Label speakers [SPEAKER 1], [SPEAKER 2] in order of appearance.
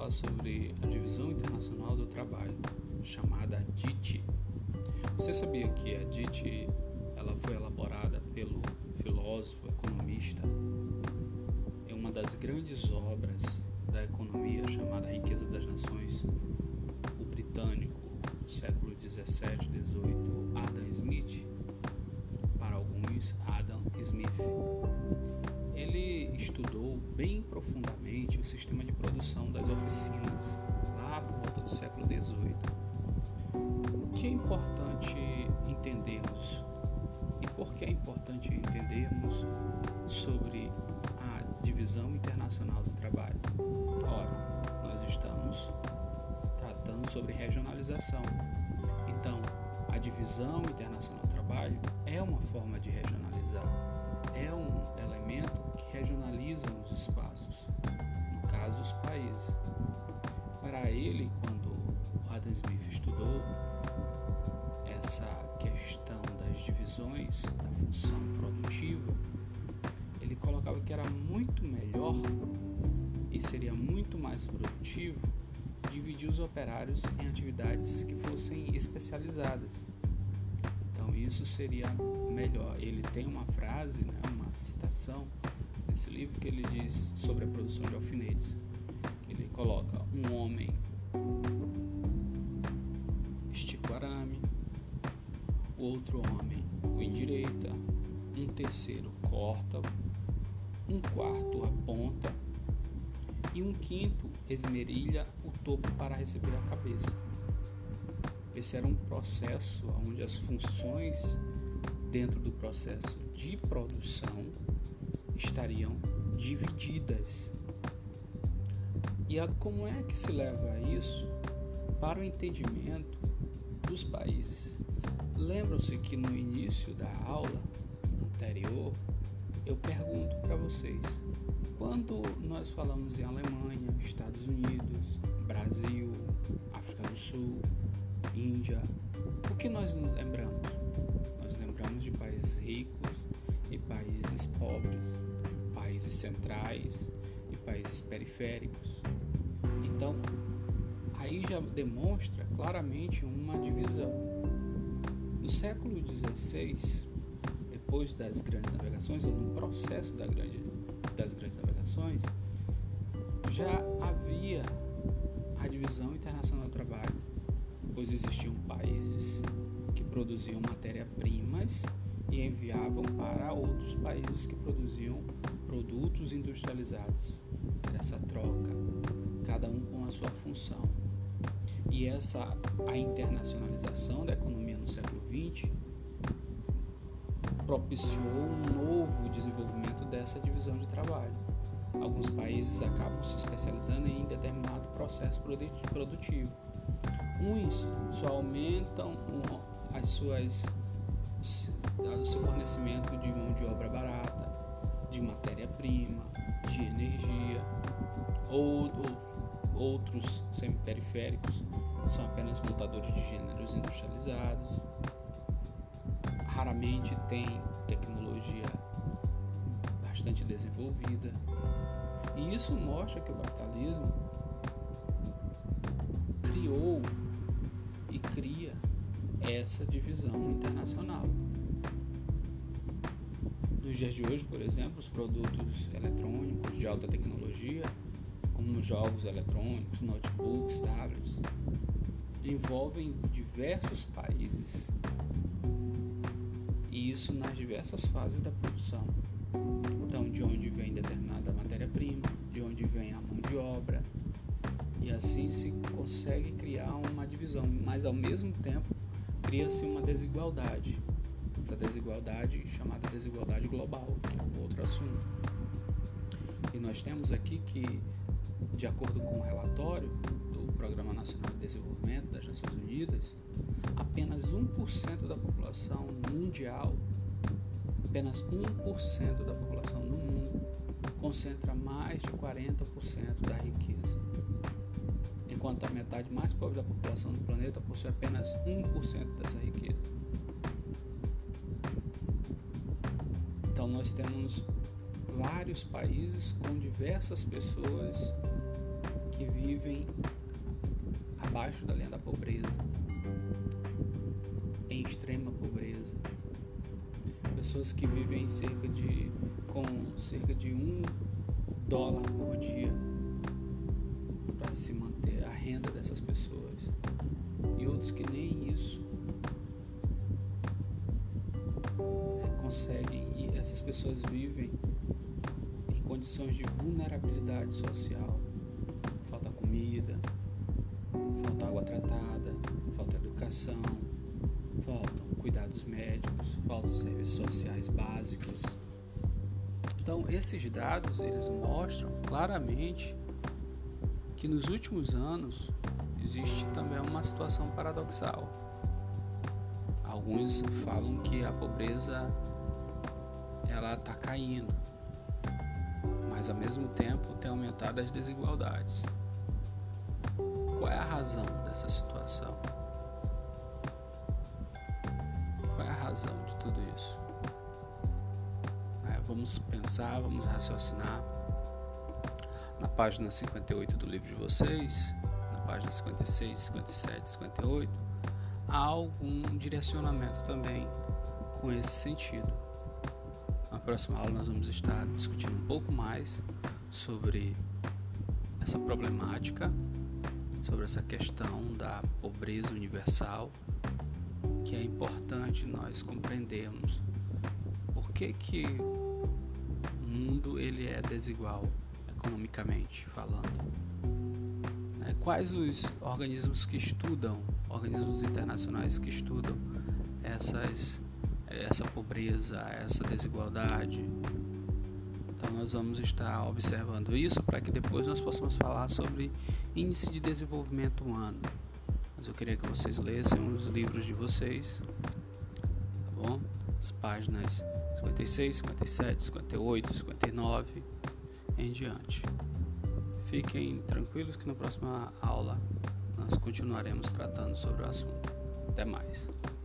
[SPEAKER 1] falar sobre a Divisão Internacional do Trabalho, chamada DIT. Você sabia que a DIT ela foi elaborada pelo filósofo, economista, em uma das grandes obras da economia chamada A Riqueza das Nações, o britânico, do século 17, 18, Adam Smith, para alguns, Adam Smith. Ele estudou bem profundamente o sistema de produção das oficinas, lá por volta do século XVIII. O que é importante entendermos e por que é importante entendermos sobre a Divisão Internacional do Trabalho? Ora, nós estamos tratando sobre regionalização. Então, a Divisão Internacional do Trabalho é uma forma de regionalizar, é um elemento que regionaliza os espaços, no caso, os países. Para ele, quando Adam Smith estudou essa questão das divisões da função produtiva, ele colocava que era muito melhor e seria muito mais produtivo dividir os operários em atividades que fossem especializadas. Então isso seria melhor. Ele tem uma frase, uma citação nesse livro que ele diz sobre a produção de alfinetes. Ele coloca: um homem estica o arame, o outro homem o endireita, um terceiro corta, um quarto aponta e um quinto esmerilha o topo para receber a cabeça. Esse era um processo onde as funções dentro do processo de produção estariam divididas. E como é que se leva a isso para o entendimento dos países? Lembram-se que no início da aula anterior eu pergunto para vocês: quando nós falamos em Alemanha, Estados Unidos, Brasil, África do Sul, Índia, o que nós lembramos? Nós lembramos de países ricos e países pobres, países centrais e países periféricos. Então, aí já demonstra claramente uma divisão. No século XVI, depois das grandes navegações, ou no processo das grandes navegações, já havia a Divisão Internacional do Trabalho, pois existiam países que produziam matéria-primas e enviavam para outros países que produziam produtos industrializados. Essa troca, cada um com a sua função. E a internacionalização da economia no século XX propiciou um novo desenvolvimento dessa divisão de trabalho. Alguns países acabam se especializando em determinado processo produtivo. Uns só aumentam o seu fornecimento de mão de obra barata, de matéria-prima, de energia. Outros semiperiféricos são apenas montadores de gêneros industrializados. Raramente tem tecnologia bastante desenvolvida. E isso mostra que o capitalismo criou e cria essa divisão internacional. Nos dias de hoje, por exemplo, os produtos eletrônicos de alta tecnologia, como jogos eletrônicos, notebooks, tablets, envolvem diversos países, e isso nas diversas fases da produção. Então, de onde vem determinada matéria-prima, de onde vem a mão de obra, e assim se consegue criar uma divisão, mas ao mesmo tempo cria-se uma desigualdade. Essa desigualdade chamada desigualdade global, que é um outro assunto. E nós temos aqui que, de acordo com o relatório do Programa Nacional de Desenvolvimento das Nações Unidas, apenas 1% da população mundial, apenas 1% da população no mundo concentra mais de 40% da riqueza, enquanto a metade mais pobre da população do planeta possui apenas 1% dessa riqueza. Então nós temos vários países com diversas pessoas que vivem abaixo da linha da pobreza, em extrema pobreza, pessoas que vivem com cerca de $1 por dia para se manter a renda dessas pessoas, e outros que nem isso conseguem, e essas pessoas vivem em condições de vulnerabilidade social. Falta comida, falta água tratada, falta educação, faltam cuidados médicos, faltam serviços sociais básicos. Então, esses dados, eles mostram claramente que nos últimos anos existe também uma situação paradoxal. Alguns falam que a pobreza ela está caindo, mas ao mesmo tempo tem aumentado as desigualdades. Qual é a razão dessa situação? Qual é a razão de tudo isso? Vamos pensar, vamos raciocinar. Na página 58 do livro de vocês, na página 56, 57, 58, há algum direcionamento também com esse sentido. Na próxima aula nós vamos estar discutindo um pouco mais sobre essa problemática, sobre essa questão da pobreza universal, que é importante nós compreendermos por que o mundo ele é desigual economicamente falando. Quais os organismos que estudam, organismos internacionais que estudam essa pobreza, essa desigualdade. Então nós vamos estar observando isso para que depois nós possamos falar sobre índice de desenvolvimento humano. Mas eu queria que vocês lessem os livros de vocês, tá bom? As páginas 56, 57, 58, 59 em diante. Fiquem tranquilos que na próxima aula nós continuaremos tratando sobre o assunto. Até mais.